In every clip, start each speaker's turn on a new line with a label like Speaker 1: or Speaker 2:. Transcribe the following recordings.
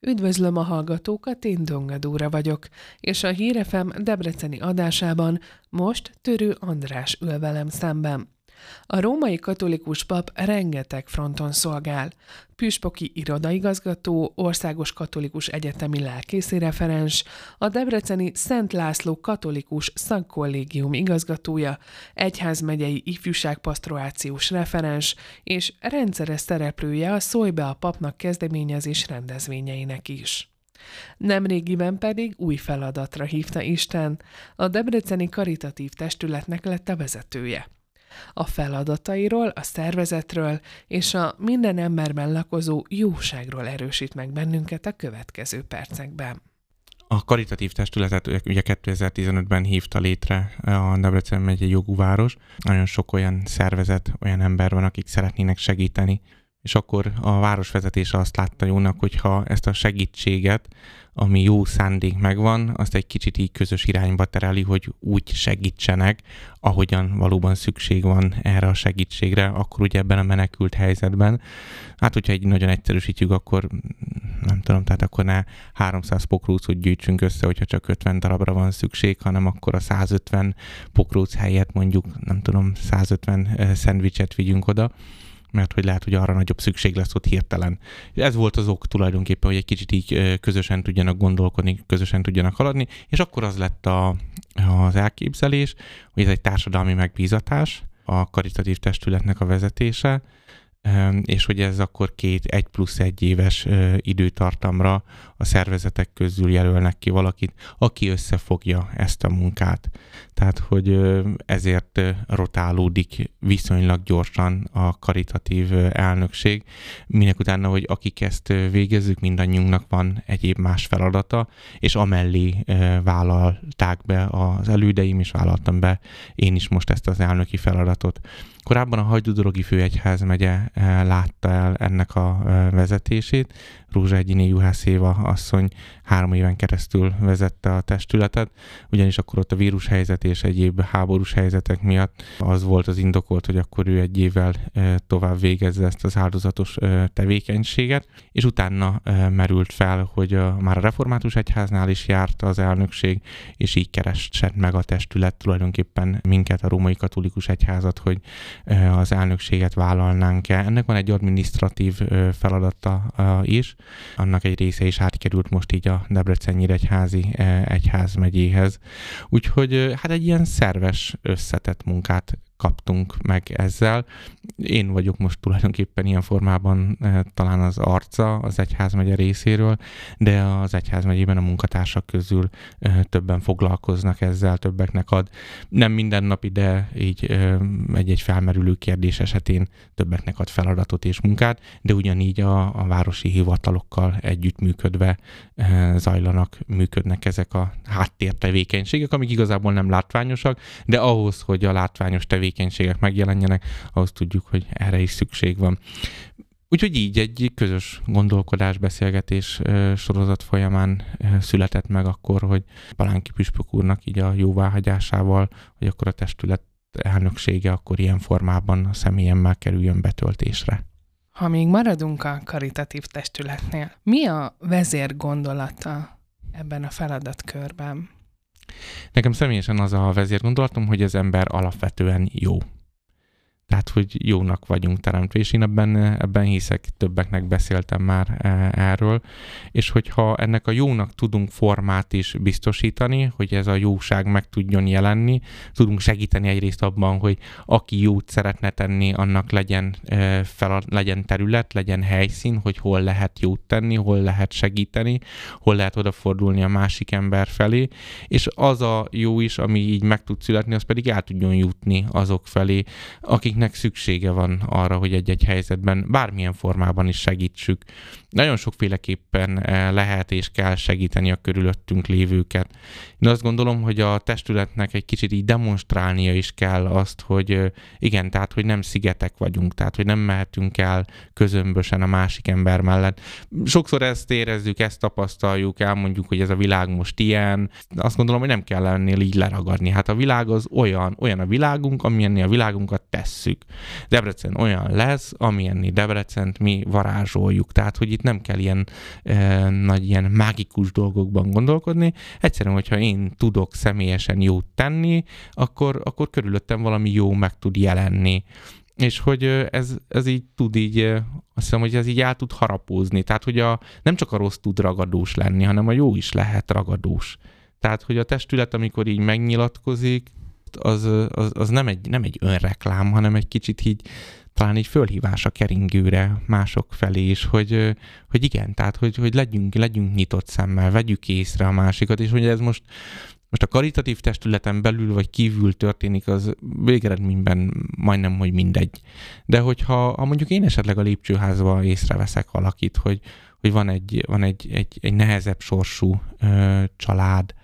Speaker 1: Üdvözlöm a hallgatókat, én Donga Dóra vagyok, és a Hír FM debreceni adásában most Törő András ül velem szemben. A római katolikus pap rengeteg fronton szolgál. Püspöki irodaigazgató, országos katolikus egyetemi lelkészi referens, a debreceni Szent László katolikus szakkollégium igazgatója, egyházmegyei ifjúságpasztorációs referens és rendszeres szereplője a Szólj be a papnak kezdeményezés rendezvényeinek is. Nemrégiben pedig új feladatra hívta Isten, a debreceni karitatív testületnek lett a vezetője. A feladatairól, a szervezetről és a minden emberben lakozó jóságról erősít meg bennünket a következő percekben.
Speaker 2: A karitatív testületet ugye 2015-ben hívta létre a Debrecen megyei jogú város. Nagyon sok olyan szervezet, olyan ember van, akik szeretnének segíteni. És akkor a városvezetése azt látta jónak, hogyha ezt a segítséget, ami jó szándék megvan, azt egy kicsit így közös irányba tereli, hogy úgy segítsenek, ahogyan valóban szükség van erre a segítségre, akkor ugye ebben a menekült helyzetben. Hát, hogyha egy nagyon egyszerűsítjük, akkor nem tudom, tehát akkor ne 300 pokrócot gyűjtsünk össze, hogyha csak 50 darabra van szükség, hanem akkor a 150 pokróc helyett mondjuk, nem tudom, 150 szendvicset vigyünk oda, mert hogy lehet, hogy arra nagyobb szükség lesz ott hirtelen. Ez volt az ok tulajdonképpen, hogy egy kicsit így közösen tudjanak gondolkodni, közösen tudjanak haladni, és akkor az lett az elképzelés, hogy ez egy társadalmi megbízatás, a karitatív testületnek a vezetése, és hogy ez akkor 1+1 éves időtartamra a szervezetek közül jelölnek ki valakit, aki összefogja ezt a munkát. Tehát, hogy ezért rotálódik viszonylag gyorsan a karitatív elnökség. Minek utána, hogy akik ezt végezzük, mindannyiunknak van egyéb más feladata, és amellé vállalták be az elődeim, és vállaltam be én is most ezt az elnöki feladatot. Korábban a Hajdúdorogi Főegyházmegye látta el ennek a vezetését. Rózsa Egyiné Juhász Éva asszony 3 éven keresztül vezette a testületet, ugyanis akkor ott a vírushelyzet és egyéb háborús helyzetek miatt az volt az indokolt, hogy akkor ő 1 évvel tovább végezze ezt az áldozatos tevékenységet, és utána merült fel, hogy már a református egyháznál is járt az elnökség, és így keresett meg a testület tulajdonképpen minket, a római katolikus egyházat, hogy az elnökséget vállalnánk-e. Ennek van egy adminisztratív feladata is, annak egy része is átkerült most így a Debrecen-Nyíregyházi egyházmegyéhez. Úgyhogy hát egy ilyen szerves, összetett munkát kaptunk meg ezzel. Én vagyok most tulajdonképpen ilyen formában talán az arca az egyházmegye részéről, de az egyházmegyében a munkatársak közül többen foglalkoznak ezzel, többeknek ad. Nem mindennapi, de így egy-egy felmerülő kérdés esetén többeknek ad feladatot és munkát, de ugyanígy a városi hivatalokkal együttműködve működnek ezek a háttértevékenységek, amik igazából nem látványosak, de ahhoz, hogy a látványos tevékenységek megjelenjenek, ahhoz tudjuk, hogy erre is szükség van. Úgyhogy így egy közös gondolkodás, beszélgetés sorozat folyamán született meg akkor, hogy Palánki püspök úrnak így a jóváhagyásával, hogy akkor a testület elnöksége akkor ilyen formában a személyemmel kerüljön betöltésre.
Speaker 1: Ha még maradunk a karitatív testületnél, mi a vezér gondolata ebben a feladatkörben?
Speaker 2: Nekem személyesen az a vezérgondolatom, hogy az ember alapvetően jó. Tehát, hogy jónak vagyunk teremtve, és én ebben hiszek, többeknek beszéltem már erről, és hogyha ennek a jónak tudunk formát is biztosítani, hogy ez a jóság meg tudjon jelenni, tudunk segíteni egyrészt abban, hogy aki jót szeretne tenni, annak legyen terület, legyen helyszín, hogy hol lehet jót tenni, hol lehet segíteni, hol lehet odafordulni a másik ember felé, és az a jó is, ami így meg tud születni, az pedig el tudjon jutni azok felé, akiknek szüksége van arra, hogy egy-egy helyzetben bármilyen formában is segítsük. Nagyon sokféleképpen lehet és kell segíteni a körülöttünk lévőket. Én azt gondolom, hogy a testületnek egy kicsit így demonstrálnia is kell azt, hogy igen, tehát, hogy nem szigetek vagyunk, tehát, hogy nem mehetünk el közömbösen a másik ember mellett. Sokszor ezt érezzük, ezt tapasztaljuk, elmondjuk, hogy ez a világ most ilyen. Azt gondolom, hogy nem kell ennél így leragadni. Hát a világ az olyan a világunk, amilyennél a világunkat tesszük. tesszük. Debrecen olyan lesz, amilyenné Debrecent mi varázsoljuk. Tehát, hogy itt nem kell ilyen nagy, ilyen mágikus dolgokban gondolkodni. Egyszerűen, hogyha én tudok személyesen jót tenni, akkor körülöttem valami jó meg tud jelenni. És hogy ez így tud így, azt hiszem, hogy ez így el tud harapózni. Tehát, hogy nem csak a rossz tud ragadós lenni, hanem a jó is lehet ragadós. Tehát, hogy a testület, amikor így megnyilatkozik, az nem egy önreklám, hanem egy kicsit így talán így fölhívás a keringőre mások felé is, hogy igen, tehát, hogy legyünk nyitott szemmel, vegyük észre a másikat, és hogy ez most a karitatív testületen belül vagy kívül történik, az végeredményben majdnem, hogy mindegy. De hogyha mondjuk én esetleg a lépcsőházban észreveszek valakit, hogy van egy nehezebb sorsú család,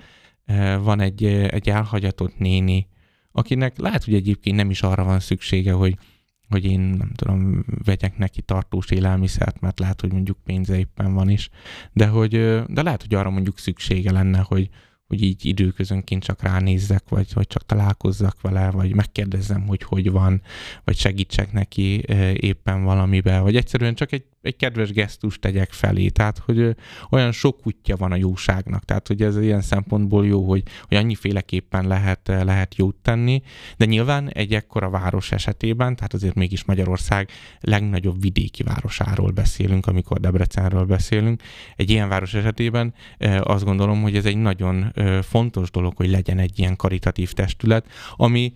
Speaker 2: van egy elhagyatott néni, akinek lehet, hogy egyébként nem is arra van szüksége, hogy én nem tudom, vegyek neki tartós élelmiszert, mert lehet, hogy mondjuk pénze éppen van is, de lehet, hogy arra mondjuk szüksége lenne, hogy így időközönként csak ránézzek, vagy csak találkozzak vele, vagy megkérdezzem, hogy van, vagy segítsek neki éppen valamiben, vagy egyszerűen csak egy kedves gesztust tegyek felé. Tehát, hogy olyan sok útja van a jóságnak. Tehát, hogy ez ilyen szempontból jó, hogy annyiféleképpen lehet jót tenni, de nyilván egy ekkora város esetében, tehát azért mégis Magyarország legnagyobb vidéki városáról beszélünk, amikor Debrecenről beszélünk. Egy ilyen város esetében azt gondolom, hogy ez egy nagyon fontos dolog, hogy legyen egy ilyen karitatív testület, ami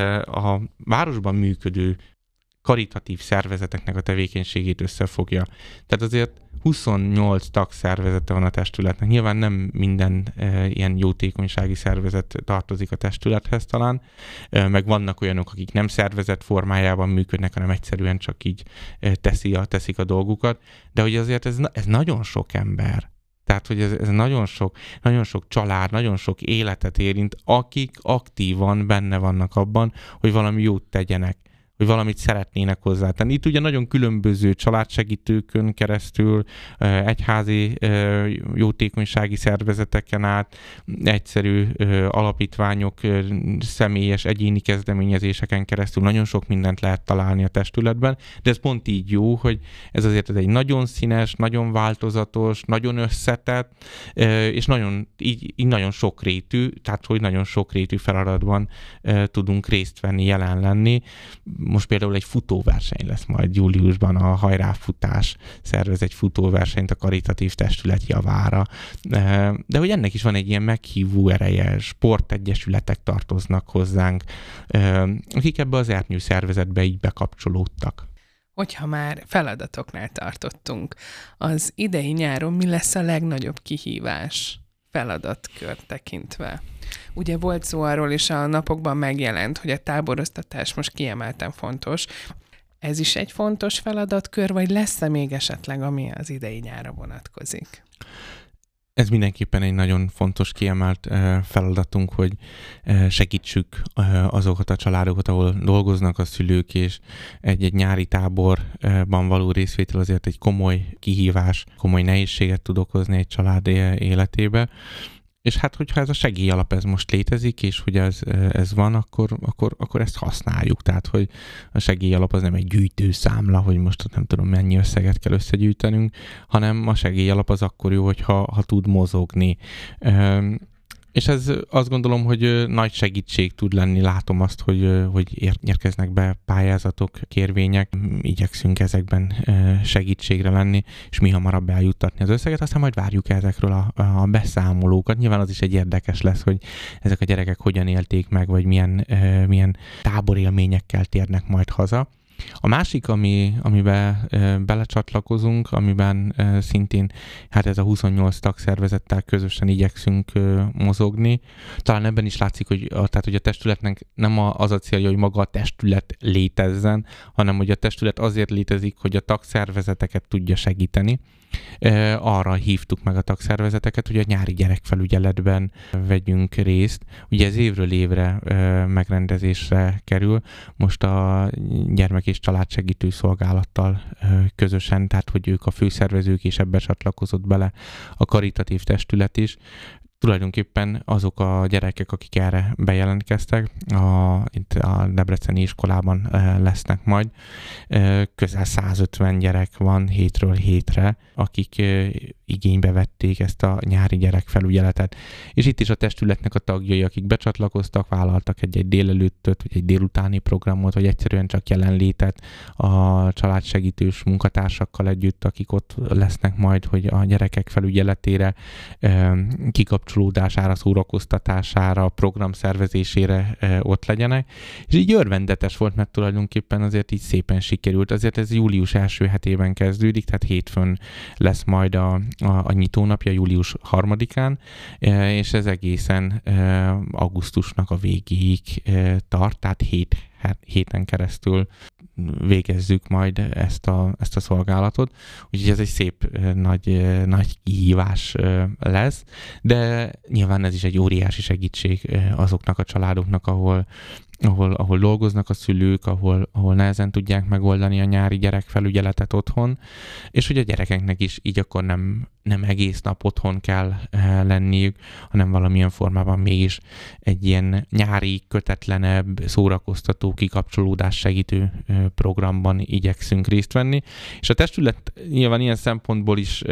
Speaker 2: a városban működő karitatív szervezeteknek a tevékenységét összefogja. Tehát azért 28 tagszervezete van a testületnek. Nyilván nem minden ilyen jótékonysági szervezet tartozik a testülethez talán, meg vannak olyanok, akik nem szervezet formájában működnek, hanem egyszerűen csak így teszik a dolgukat, de hogy azért ez nagyon sok ember. Tehát, hogy ez nagyon sok család, nagyon sok életet érint, akik aktívan benne vannak abban, hogy valami jót tegyenek, hogy valamit szeretnének hozzátenni. Itt ugye nagyon különböző családsegítőkön keresztül, egyházi jótékonysági szervezeteken át, egyszerű alapítványok, személyes, egyéni kezdeményezéseken keresztül nagyon sok mindent lehet találni a testületben, de ez pont így jó, hogy ez azért egy nagyon színes, nagyon változatos, nagyon összetett, és így nagyon sokrétű, tehát hogy nagyon sokrétű feladatban tudunk részt venni, jelen lenni. Most például egy futóverseny lesz majd júliusban, a Hajráfutás szervez egy futóversenyt a karitatív testület javára. De hogy ennek is van egy ilyen meghívó ereje, sportegyesületek tartoznak hozzánk, akik ebbe az Ernyő szervezetbe így bekapcsolódtak.
Speaker 1: Hogyha már feladatoknál tartottunk, az idei nyáron mi lesz a legnagyobb kihívás feladatkör tekintve? Ugye volt szó arról is, a napokban megjelent, hogy a táboroztatás most kiemelten fontos. Ez is egy fontos feladatkör, vagy lesz-e még esetleg, ami az idei nyárra vonatkozik?
Speaker 2: Ez mindenképpen egy nagyon fontos kiemelt feladatunk, hogy segítsük azokat a családokat, ahol dolgoznak a szülők, és egy nyári táborban való részvétel azért egy komoly kihívás, komoly nehézséget tud okozni egy család életébe. És hát, hogyha ez a segélyalap ez most létezik, és hogy ez van, akkor ezt használjuk. Tehát, hogy a segélyalap az nem egy gyűjtőszámla, hogy most nem tudom mennyi összeget kell összegyűjtenünk, hanem a segélyalap az akkor jó, hogyha tud mozogni. És ez azt gondolom, hogy nagy segítség tud lenni. Látom azt, hogy érkeznek be pályázatok, kérvények. Igyekszünk ezekben segítségre lenni, és mi hamarabb eljuttatni az összeget, aztán majd várjuk ezekről a beszámolókat. Nyilván az is egy érdekes lesz, hogy ezek a gyerekek hogyan élték meg, vagy milyen táborélményekkel térnek majd haza. A másik, amiben belecsatlakozunk, amiben szintén hát ez a 28 tagszervezettel közösen igyekszünk mozogni. Talán ebben is látszik, hogy a testületnek nem az a célja, hogy maga a testület létezzen, hanem hogy a testület azért létezik, hogy a tagszervezeteket tudja segíteni. Arra hívtuk meg a tagszervezeteket, hogy a nyári gyerekfelügyeletben vegyünk részt. Ugye ez évről évre megrendezésre kerül. Most a gyermek- és családsegítő szolgálattal közösen, tehát hogy ők a főszervezők, és ebbe csatlakozott bele a karitatív testület is. tulajdonképpen azok a gyerekek, akik erre bejelentkeztek, itt a debreceni iskolában lesznek majd. Közel 150 gyerek van hétről hétre, akik igénybe vették ezt a nyári gyerekfelügyeletet. És itt is a testületnek a tagjai, akik becsatlakoztak, vállaltak egy délelőttöt, vagy egy délutáni programot, vagy egyszerűen csak jelenlétet a családsegítős munkatársakkal együtt, akik ott lesznek majd, hogy a gyerekek felügyeletére, kikapcsolódására, szórakoztatására, program szervezésére ott legyenek. És így örvendetes volt, mert tulajdonképpen azért így szépen sikerült. Azért ez július első hetében kezdődik, tehát hétfőn lesz majd a nyitónapja, július 3-án, és ez egészen augusztusnak a végéig tart, tehát 7 héten keresztül végezzük majd ezt a szolgálatot. Úgyhogy ez egy szép nagy kihívás lesz, de nyilván ez is egy óriási segítség azoknak a családoknak, ahol dolgoznak a szülők, ahol nehezen tudják megoldani a nyári gyerekfelügyeletet otthon, és hogy a gyerekeknek is így akkor nem egész nap otthon kell lenniük, hanem valamilyen formában mégis egy ilyen nyári, kötetlenebb, szórakoztató, kikapcsolódás segítő programban igyekszünk részt venni. És a testület nyilván ilyen szempontból is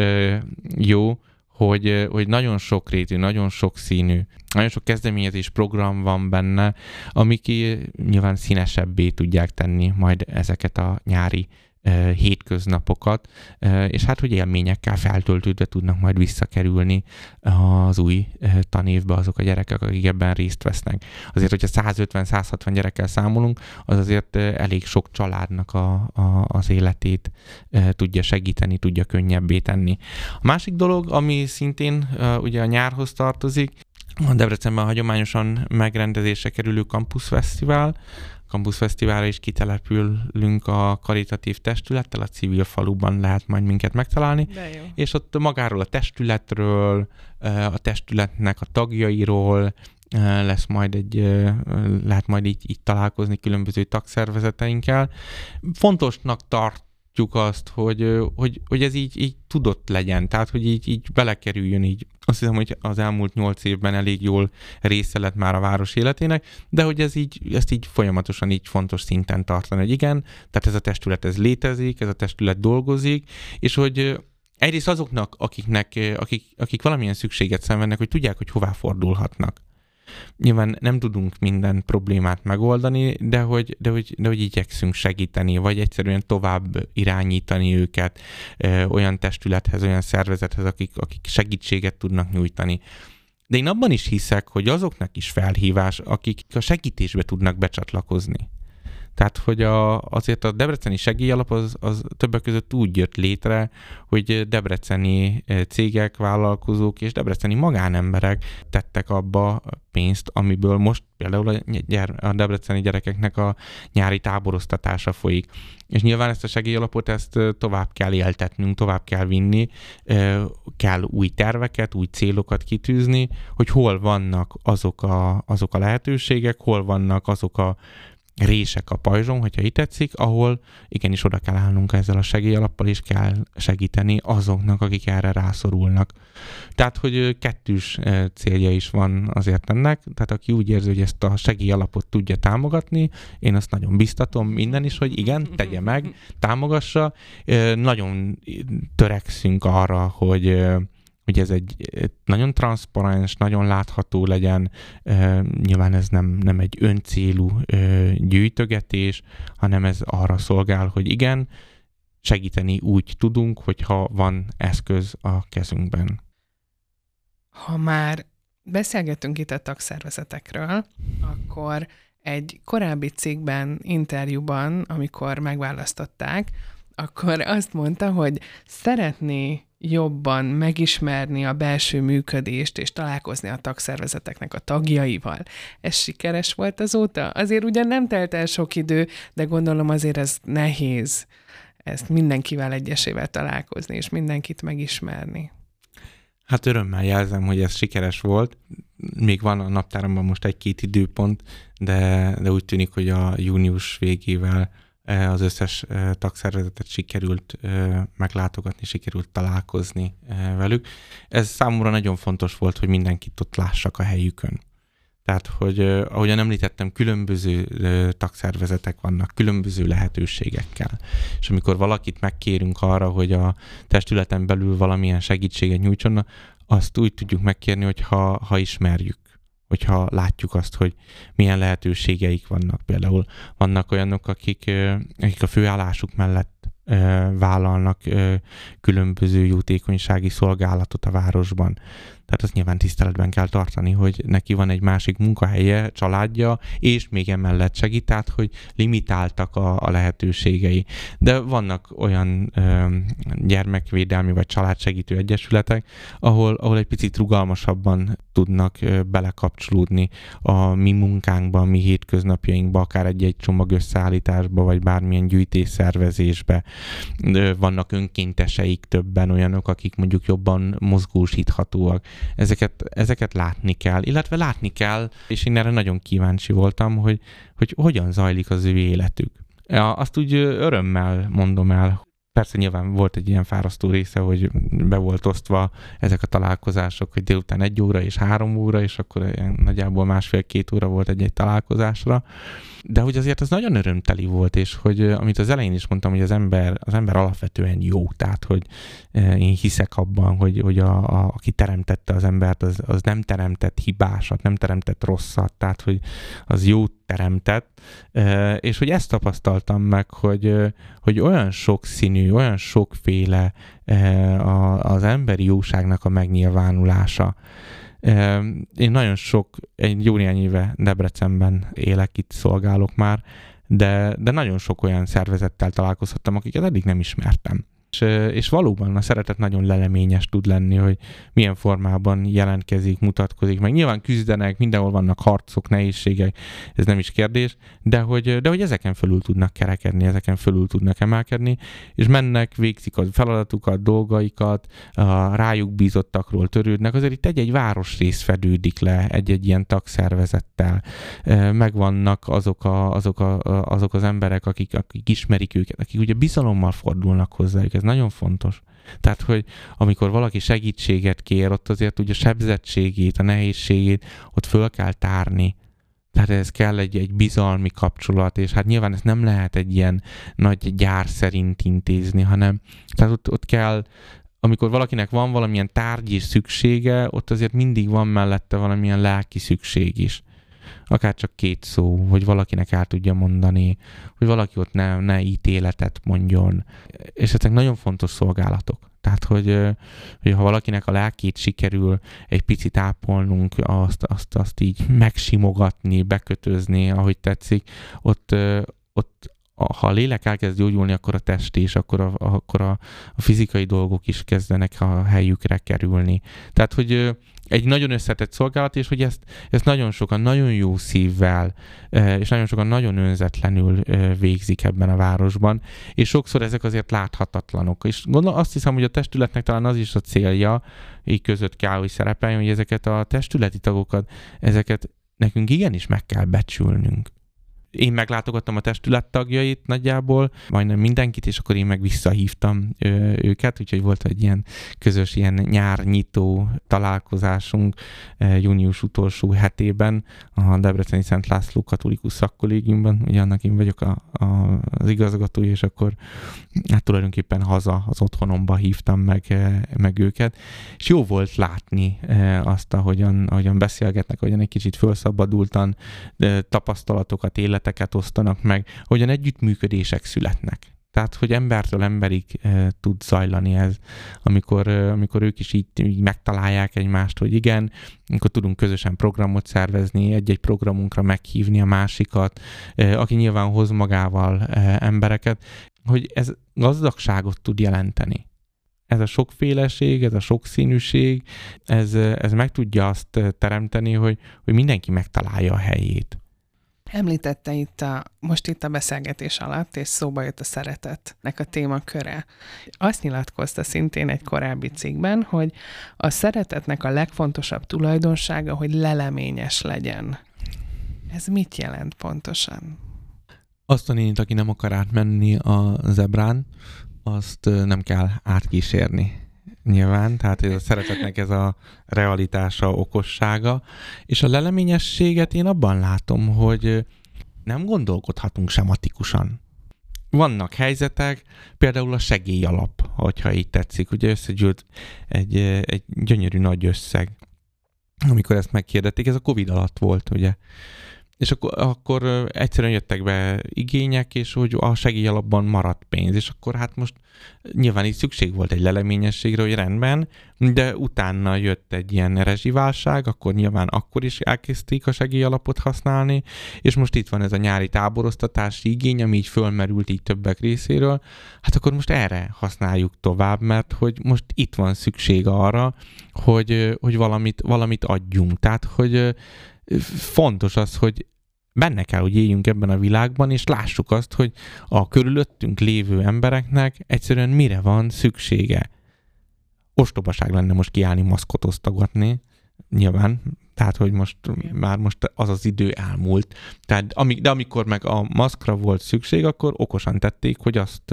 Speaker 2: jó, hogy nagyon sokrétű, nagyon sokszínű, nagyon sok kezdeményezés program van benne, amik nyilván színesebbé tudják tenni majd ezeket a nyári hétköznapokat, és hát, hogy élményekkel feltöltődve tudnak majd visszakerülni az új tanévbe azok a gyerekek, akik ebben részt vesznek. Azért, hogyha 150-160 gyerekkel számolunk, az azért elég sok családnak az életét tudja segíteni, tudja könnyebbé tenni. A másik dolog, ami szintén ugye a nyárhoz tartozik, a Debrecenben hagyományosan megrendezésre kerülő Campus Fesztivál. Campus Fesztiválra is kitelepülünk a karitatív testülettel, a civil faluban lehet majd minket megtalálni. És ott magáról a testületről, a testületnek a tagjairól lesz majd lehet majd így találkozni különböző tagszervezeteinkkel. Fontosnak tartjuk azt, hogy ez így tudott legyen, tehát hogy így belekerüljön így. Azt hiszem, hogy az elmúlt 8 évben elég jól része lett már a város életének, de hogy ezt így folyamatosan így fontos szinten tartani, hogy igen, tehát ez a testület ez létezik, ez a testület dolgozik, és hogy egyrészt azoknak, akik valamilyen szükséget szenvednek, hogy tudják, hogy hová fordulhatnak. Nyilván nem tudunk minden problémát megoldani, de hogy igyekszünk segíteni, vagy egyszerűen tovább irányítani őket olyan testülethez, olyan szervezethez, akik segítséget tudnak nyújtani. De én abban is hiszek, hogy azoknak is felhívás, akik a segítésbe tudnak becsatlakozni. Tehát, hogy azért a debreceni segélyalap az többek között úgy jött létre, hogy debreceni cégek, vállalkozók és debreceni magánemberek tettek abba pénzt, amiből most például a debreceni gyerekeknek a nyári táboroztatása folyik. És nyilván ezt a segélyalapot tovább kell éltetnünk, tovább kell vinni, kell új terveket, új célokat kitűzni, hogy hol vannak azok a lehetőségek, hol vannak azok a rések a pajzson, hogyha így tetszik, ahol igenis oda kell állnunk ezzel a segélyalappal, és kell segíteni azoknak, akik erre rászorulnak. Tehát, hogy kettős célja is van azért ennek, tehát aki úgy érzi, hogy ezt a segélyalapot tudja támogatni, én azt nagyon biztatom minden is, hogy igen, tegye meg, támogassa. Nagyon törekszünk arra, hogy ez egy nagyon transzparens, nagyon látható legyen. Nyilván ez nem egy öncélú gyűjtögetés, hanem ez arra szolgál, hogy igen, segíteni úgy tudunk, hogyha van eszköz a kezünkben.
Speaker 1: Ha már beszélgettünk itt a tagszervezetekről, akkor egy korábbi cikkben, interjúban, amikor megválasztották, akkor azt mondta, hogy szeretné jobban megismerni a belső működést, és találkozni a tagszervezeteknek a tagjaival. Ez sikeres volt azóta? Azért ugyan nem telt el sok idő, de gondolom azért ez nehéz ezt mindenkivel egyesével találkozni, és mindenkit megismerni.
Speaker 2: Hát örömmel jelzem, hogy ez sikeres volt. Még van a naptáramban most 1-2 időpont, de úgy tűnik, hogy a június végével az összes tagszervezetet sikerült meglátogatni, sikerült találkozni velük. Ez számomra nagyon fontos volt, hogy mindenkit ott lássak a helyükön. Tehát, hogy ahogyan említettem, különböző tagszervezetek vannak, különböző lehetőségekkel. És amikor valakit megkérünk arra, hogy a testületen belül valamilyen segítséget nyújtson, azt úgy tudjuk megkérni, hogy ha ismerjük, hogyha látjuk azt, hogy milyen lehetőségeik vannak. Például vannak olyanok, akik a főállásuk mellett vállalnak különböző jótékonysági szolgálatot a városban. Tehát azt nyilván tiszteletben kell tartani, hogy neki van egy másik munkahelye, családja, és még emellett segít, tehát hogy limitáltak a lehetőségei. De vannak olyan gyermekvédelmi vagy családsegítő egyesületek, ahol egy picit rugalmasabban tudnak belekapcsolódni a mi munkánkba, a mi hétköznapjainkba, akár egy csomag összeállításba, vagy bármilyen gyűjtésszervezésbe. Vannak önkénteseik többen, olyanok, akik mondjuk jobban mozgósíthatóak. Ezeket látni kell, illetve látni kell, és én erre nagyon kíváncsi voltam, hogy hogyan zajlik az ő életük. Azt úgy örömmel mondom el. Persze nyilván volt egy ilyen fárasztó része, hogy be volt osztva ezek a találkozások, hogy délután 1 óra és 3 óra, és akkor nagyjából 1,5-2 óra volt egy találkozásra. De hogy azért az nagyon örömteli volt, és hogy amit az elején is mondtam, hogy az ember alapvetően jó, tehát hogy én hiszek abban, hogy aki teremtette az embert, az nem teremtett hibásat, nem teremtett rosszat, tehát hogy az jót teremtett, és hogy ezt tapasztaltam meg, hogy olyan sokszínű, olyan sokféle az emberi jóságnak a megnyilvánulása. Én egy jó néhány éve Debrecenben élek, itt szolgálok már, de nagyon sok olyan szervezettel találkozhattam, akiket eddig nem ismertem. És valóban a szeretet nagyon leleményes tud lenni, hogy milyen formában jelentkezik, mutatkozik, meg nyilván küzdenek, mindenhol vannak harcok, nehézségek, ez nem is kérdés, de hogy ezeken fölül tudnak kerekedni, ezeken fölül tudnak emelkedni, és mennek, végzik a feladatukat, dolgaikat, a rájuk bízottakról törődnek, azért itt egy városrész fedődik le egy ilyen tagszervezettel. Megvannak azok az emberek, akik ismerik őket, akik ugye bizalommal fordulnak hozzájuk. Ez nagyon fontos. Tehát, hogy amikor valaki segítséget kér, ott azért ugye a sebzettségét, a nehézségét ott föl kell tárni. Tehát ez kell egy bizalmi kapcsolat, és hát nyilván ezt nem lehet egy ilyen nagy gyár szerint intézni, hanem tehát ott kell, amikor valakinek van valamilyen tárgyi szüksége, ott azért mindig van mellette valamilyen lelki szükség is. Akár csak 2 szó, hogy valakinek el tudja mondani, hogy valaki ott ne ítéletet mondjon. És ezek nagyon fontos szolgálatok. Tehát, hogy ha valakinek a lelkét sikerül egy picit ápolnunk, azt így megsimogatni, bekötözni, ahogy tetszik, ott ha a lélek elkezd gyógyulni, akkor a test is, akkor a fizikai dolgok is kezdenek a helyükre kerülni. Tehát, hogy egy nagyon összetett szolgálat, és hogy ezt nagyon sokan nagyon jó szívvel, és nagyon sokan nagyon önzetlenül végzik ebben a városban, és sokszor ezek azért láthatatlanok. És azt hiszem, hogy a testületnek talán az is a célja, így között kell, hogy szerepeljen, hogy ezeket a testületi tagokat, ezeket nekünk igenis meg kell becsülnünk. Én meglátogattam a testület tagjait nagyjából, majdnem mindenkit, és akkor én meg visszahívtam őket, úgyhogy volt egy ilyen közös ilyen nyárnyitó találkozásunk június utolsó hetében a Debreceni Szent László Katolikus Szakkollégiumban, ugye annak én vagyok az igazgatója, és akkor hát tulajdonképpen haza az otthonomba hívtam meg őket, és jó volt látni azt, ahogyan beszélgetnek, ahogyan egy kicsit felszabadultan tapasztalatokat, életeket osztanak meg, hogyan együttműködések születnek. Tehát, hogy embertől emberig tud zajlani ez, amikor ők is így megtalálják egymást, hogy igen, akkor tudunk közösen programot szervezni, egy-egy programunkra meghívni a másikat, aki nyilván hoz magával embereket, hogy ez gazdagságot tud jelenteni. Ez a sokféleség, ez a sokszínűség, ez meg tudja azt teremteni, hogy mindenki megtalálja a helyét.
Speaker 1: Említette most itt a beszélgetés alatt, és szóba jött a szeretetnek a témaköre. Azt nyilatkozta szintén egy korábbi cikkben, hogy a szeretetnek a legfontosabb tulajdonsága, hogy leleményes legyen. Ez mit jelent pontosan?
Speaker 2: Azt a nénit, aki nem akar átmenni a zebrán, azt nem kell átkísérni. Nyilván, tehát ez a szeretetnek ez a realitása, okossága. És a leleményességet én abban látom, hogy nem gondolkodhatunk sematikusan. Vannak helyzetek, például a segélyalap, hogyha így tetszik. Ugye összegyűlt egy gyönyörű nagy összeg, amikor ezt megkérdették, ez a Covid alatt volt, ugye. És akkor egyszerűen jöttek be igények, és hogy a segélyalapban maradt pénz, és akkor hát most nyilván így szükség volt egy leleményességre, hogy rendben, de utána jött egy ilyen rezsiválság, akkor nyilván akkor is elkezdték a segélyalapot használni, és most itt van ez a nyári táboroztatási igény, ami így fölmerült így többek részéről, hát akkor most erre használjuk tovább, mert hogy most itt van szükség arra, hogy valamit adjunk. Tehát, hogy fontos az, hogy benne kell, hogy éljünk ebben a világban, és lássuk azt, hogy a körülöttünk lévő embereknek egyszerűen mire van szüksége. Ostobaság lenne most kiállni maszkot osztogatni, nyilván, tehát, hogy most az az idő elmúlt. De amikor meg a maszkra volt szükség, akkor okosan tették, hogy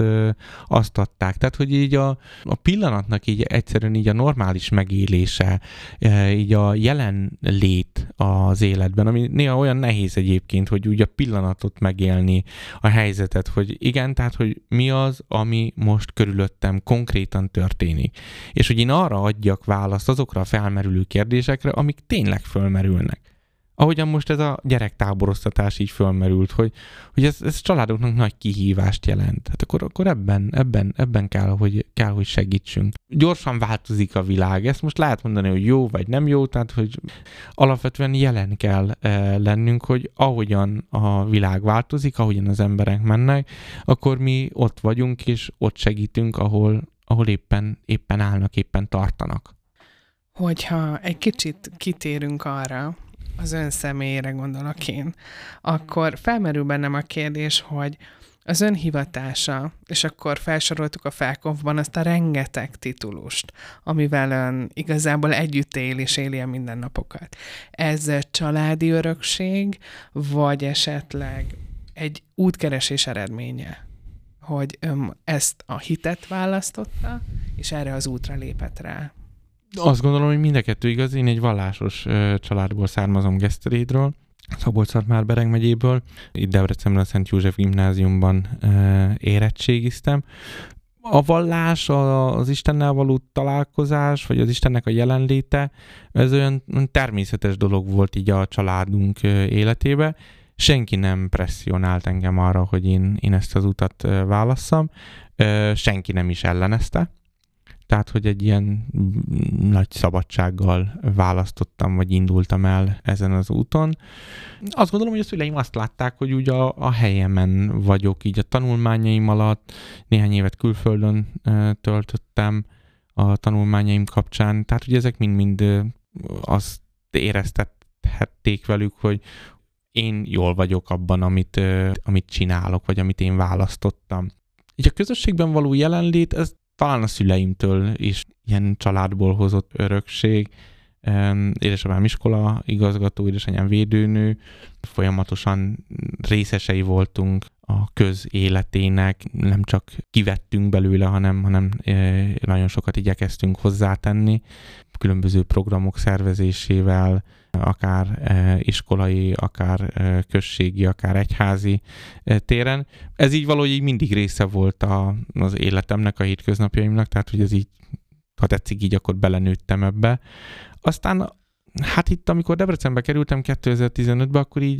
Speaker 2: azt adták. Tehát, hogy így a pillanatnak így egyszerűen így a normális megélése, így a jelenlét az életben, ami néha olyan nehéz egyébként, hogy úgy a pillanatot megélni, a helyzetet, hogy igen, tehát, hogy mi az, ami most körülöttem konkrétan történik. És hogy én arra adjak választ azokra a felmerülő kérdésekre, amik tényleg fölmerülnek. Ahogyan most ez a gyerektáboroztatás így fölmerült, hogy ez családoknak nagy kihívást jelent. Hát akkor ebben kell, hogy segítsünk. Gyorsan változik a világ. Ezt most lehet mondani, hogy jó vagy nem jó, tehát hogy alapvetően jelen kell lennünk, hogy ahogyan a világ változik, ahogyan az emberek mennek, akkor mi ott vagyunk, és ott segítünk, ahol éppen állnak, éppen tartanak.
Speaker 1: Hogyha egy kicsit kitérünk arra, az ön személyére gondolok én, akkor felmerül bennem a kérdés, hogy az ön hivatása, és akkor felsoroltuk a Felkonfban azt a rengeteg titulust, amivel ön igazából együtt él és éli a mindennapokat. Ez családi örökség, vagy esetleg egy útkeresés eredménye, hogy ön ezt a hitet választotta, és erre az útra lépett rá?
Speaker 2: Azt gondolom, hogy mind a kettő igaz. Én egy vallásos családból származom, Geszterédről, Szabolcs-Szatmár-Bereg megyéből. Itt Debrecenben a Szent József gimnáziumban érettségiztem. A vallás, az Istennel való találkozás, vagy az Istennek a jelenléte, ez olyan természetes dolog volt így a családunk életébe. Senki nem presszionált engem arra, hogy én ezt az utat válasszam. Senki nem is ellenezte. Tehát, hogy egy ilyen nagy szabadsággal választottam, vagy indultam el ezen az úton. Azt gondolom, hogy a szüleim azt látták, hogy úgy a helyemen vagyok, így a tanulmányaim alatt. Néhány évet külföldön töltöttem a tanulmányaim kapcsán. Tehát, hogy ezek mind azt éreztethették velük, hogy én jól vagyok abban, amit csinálok, vagy amit én választottam. Így a közösségben való jelenlét, ez talán a szüleimtől is ilyen családból hozott örökség. Édesapám iskola igazgató, édesanyám védőnő, folyamatosan részesei voltunk a közéletének, nem csak kivettünk belőle, hanem nagyon sokat igyekeztünk hozzátenni, különböző programok szervezésével, akár iskolai, akár községi, akár egyházi téren. Ez így valahogy így mindig része volt az életemnek, a hétköznapjaimnak, tehát hogy ez így, ha tetszik így, akkor belenőttem ebbe. Aztán hát itt, amikor Debrecenbe kerültem 2015-ben, akkor így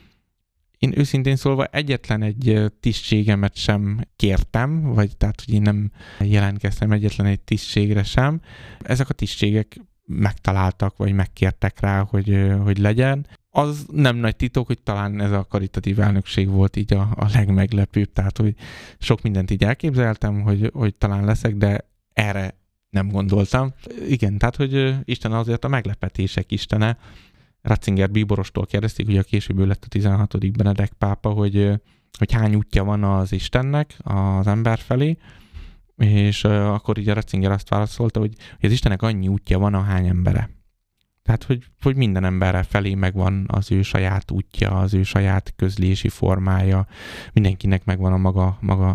Speaker 2: én őszintén szólva egyetlen egy tisztségemet sem kértem, vagy tehát, hogy én nem jelentkeztem egyetlen egy tisztségre sem. Ezek a tisztségek megtaláltak, vagy megkértek rá, hogy legyen. Az nem nagy titok, hogy talán ez a karitatív elnökség volt így a legmeglepőbb, tehát, hogy sok mindent így elképzeltem, hogy talán leszek, de erre nem gondoltam. Igen, tehát, hogy Isten azért a meglepetések istene. Ratzinger bíborostól kérdezték, ugye a később ő lett a 16. Benedek pápa, hogy hány útja van az Istennek az ember felé, és akkor így a Ratzinger azt válaszolta, hogy az Istennek annyi útja van, ahány embere. Tehát, hogy minden emberre felé megvan az ő saját útja, az ő saját közlési formája, mindenkinek megvan a maga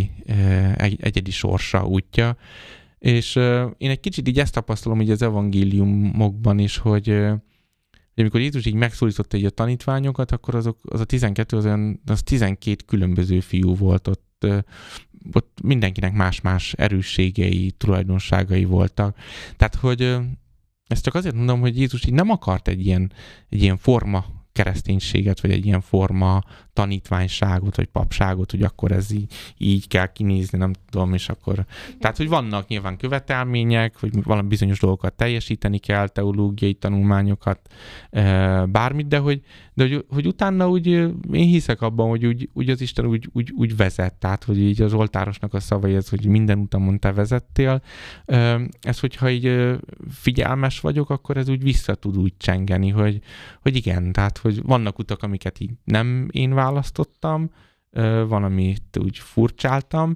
Speaker 2: egyedi sorsa, útja. És én egy kicsit így ezt tapasztalom így az evangéliumokban is, hogy amikor Jézus így megszólította így a tanítványokat, akkor az a 12, az 12 különböző fiú volt ott mindenkinek más-más erősségei, tulajdonságai voltak. Tehát, hogy ezt csak azért mondom, hogy Jézus így nem akart egy ilyen forma kereszténységet, vagy egy ilyen forma tanítványságot, vagy papságot, hogy akkor ez így kell kinézni, nem tudom, és akkor... Tehát, hogy vannak nyilván követelmények, hogy valami bizonyos dolgokat teljesíteni kell, teológiai tanulmányokat, bármit, de hogy utána úgy én hiszek abban, hogy úgy az Isten úgy vezet, tehát, hogy így az oltárosnak a szavai ez, hogy minden utamon te vezettél, ez, hogyha így figyelmes vagyok, akkor ez úgy vissza tud úgy csengeni, hogy igen, tehát, hogy vannak utak, amiket így nem én választottam, van, amit úgy furcsáltam,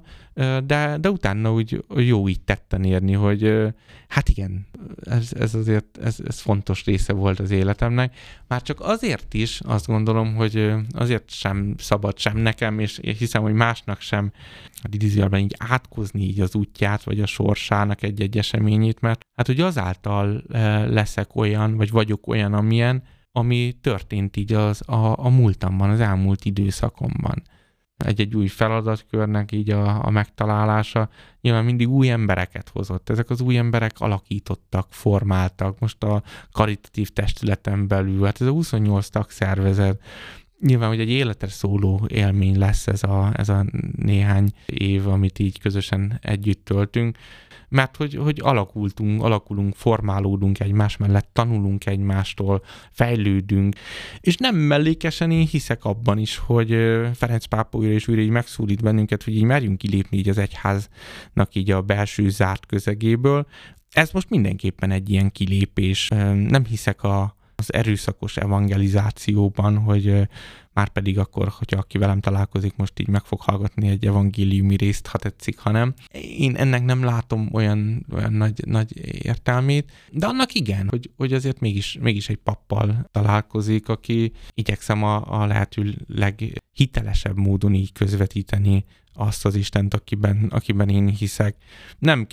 Speaker 2: de utána úgy jó így tetten érni, hogy hát igen, ez azért ez fontos része volt az életemnek. Már csak azért is azt gondolom, hogy azért sem szabad sem nekem, és hiszem, hogy másnak sem idézőjelben így átkozni így az útját, vagy a sorsának egy eseményét, mert hát hogy azáltal leszek olyan, vagy vagyok olyan, amilyen, ami történt így a múltamban, az elmúlt időszakomban. Egy új feladatkörnek így a megtalálása nyilván mindig új embereket hozott. Ezek az új emberek alakítottak, formáltak. Most a karitatív testületen belül, hát ez a 28 tagszervezet, nyilván, hogy egy életre szóló élmény lesz ez a néhány év, amit így közösen együtt töltünk, mert hogy alakulunk, formálódunk egymás mellett, tanulunk egymástól, fejlődünk, és nem mellékesen én hiszek abban is, hogy Ferenc pápa újra és újra így megszólít bennünket, hogy így merjünk kilépni így az egyháznak így a belső zárt közegéből. Ez most mindenképpen egy ilyen kilépés. Nem hiszek az erőszakos evangelizációban, hogy már pedig akkor, hogyha aki velem találkozik, most így meg fog hallgatni egy evangéliumi részt, ha tetszik, hanem én ennek nem látom olyan nagy értelmét, de annak igen, hogy azért mégis egy pappal találkozik, aki igyekszem a lehető leghitelesebb módon így közvetíteni azt az Istent, akiben én hiszek. Nem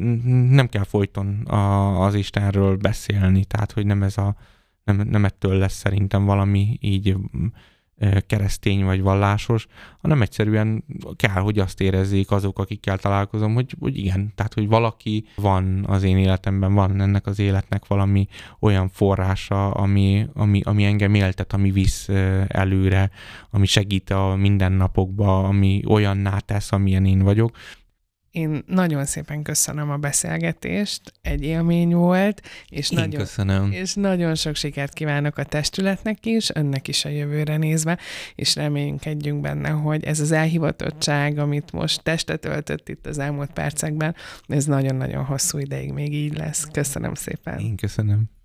Speaker 2: kell folyton az Istenről beszélni, tehát hogy nem ettől lesz szerintem valami így keresztény vagy vallásos, hanem egyszerűen kell, hogy azt érezzék azok, akikkel találkozom, hogy igen, tehát, hogy valaki van az én életemben, van ennek az életnek valami olyan forrása, ami engem éltet, ami visz előre, ami segít a mindennapokba, ami olyanná tesz, amilyen én vagyok.
Speaker 1: Én nagyon szépen köszönöm a beszélgetést, egy élmény volt, és nagyon sok sikert kívánok a testületnek is, önnek is a jövőre nézve, és reménykedjünk benne, hogy ez az elhivatottság, amit most testet öltött itt az elmúlt percekben, ez nagyon-nagyon hosszú ideig még így lesz. Köszönöm szépen.
Speaker 2: Én köszönöm.